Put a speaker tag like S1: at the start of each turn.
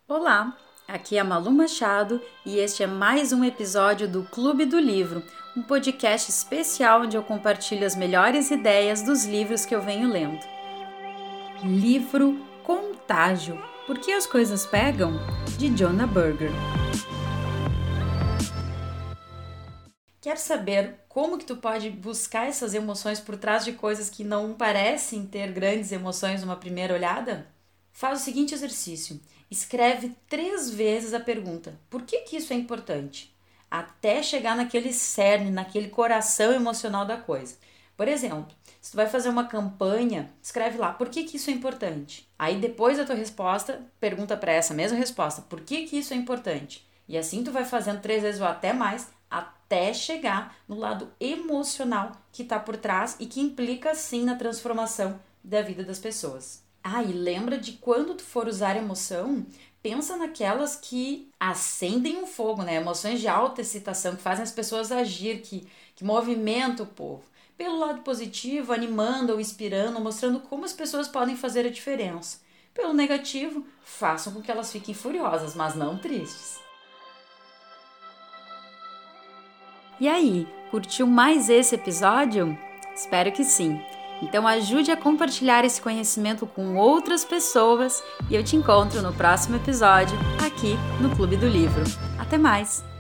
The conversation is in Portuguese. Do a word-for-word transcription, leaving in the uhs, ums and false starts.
S1: Olá, aqui é a Malu Machado e este é mais um episódio do Clube do Livro, um podcast especial onde eu compartilho as melhores ideias dos livros que eu venho lendo. Livro Contágio, Por que as coisas pegam? De Jonah Berger. Quer saber como que tu pode buscar essas emoções por trás de coisas que não parecem ter grandes emoções numa primeira olhada? Faz o seguinte exercício, escreve três vezes a pergunta, por que que isso é importante? Até chegar naquele cerne, naquele coração emocional da coisa. Por exemplo, se tu vai fazer uma campanha, escreve lá, por que que isso é importante? Aí depois da tua resposta, pergunta para essa mesma resposta, por que que isso é importante? E assim tu vai fazendo três vezes ou até mais, até chegar no lado emocional que está por trás e que implica sim na transformação da vida das pessoas. Ah, e lembra de quando tu for usar emoção, pensa naquelas que acendem um fogo, né? Emoções de alta excitação, que fazem as pessoas agir, que, que movimentam o povo. Pelo lado positivo, animando ou inspirando, mostrando como as pessoas podem fazer a diferença. Pelo negativo, façam com que elas fiquem furiosas, mas não tristes. E aí, curtiu mais esse episódio? Espero que sim. Então ajude a compartilhar esse conhecimento com outras pessoas e eu te encontro no próximo episódio aqui no Clube do Livro. Até mais!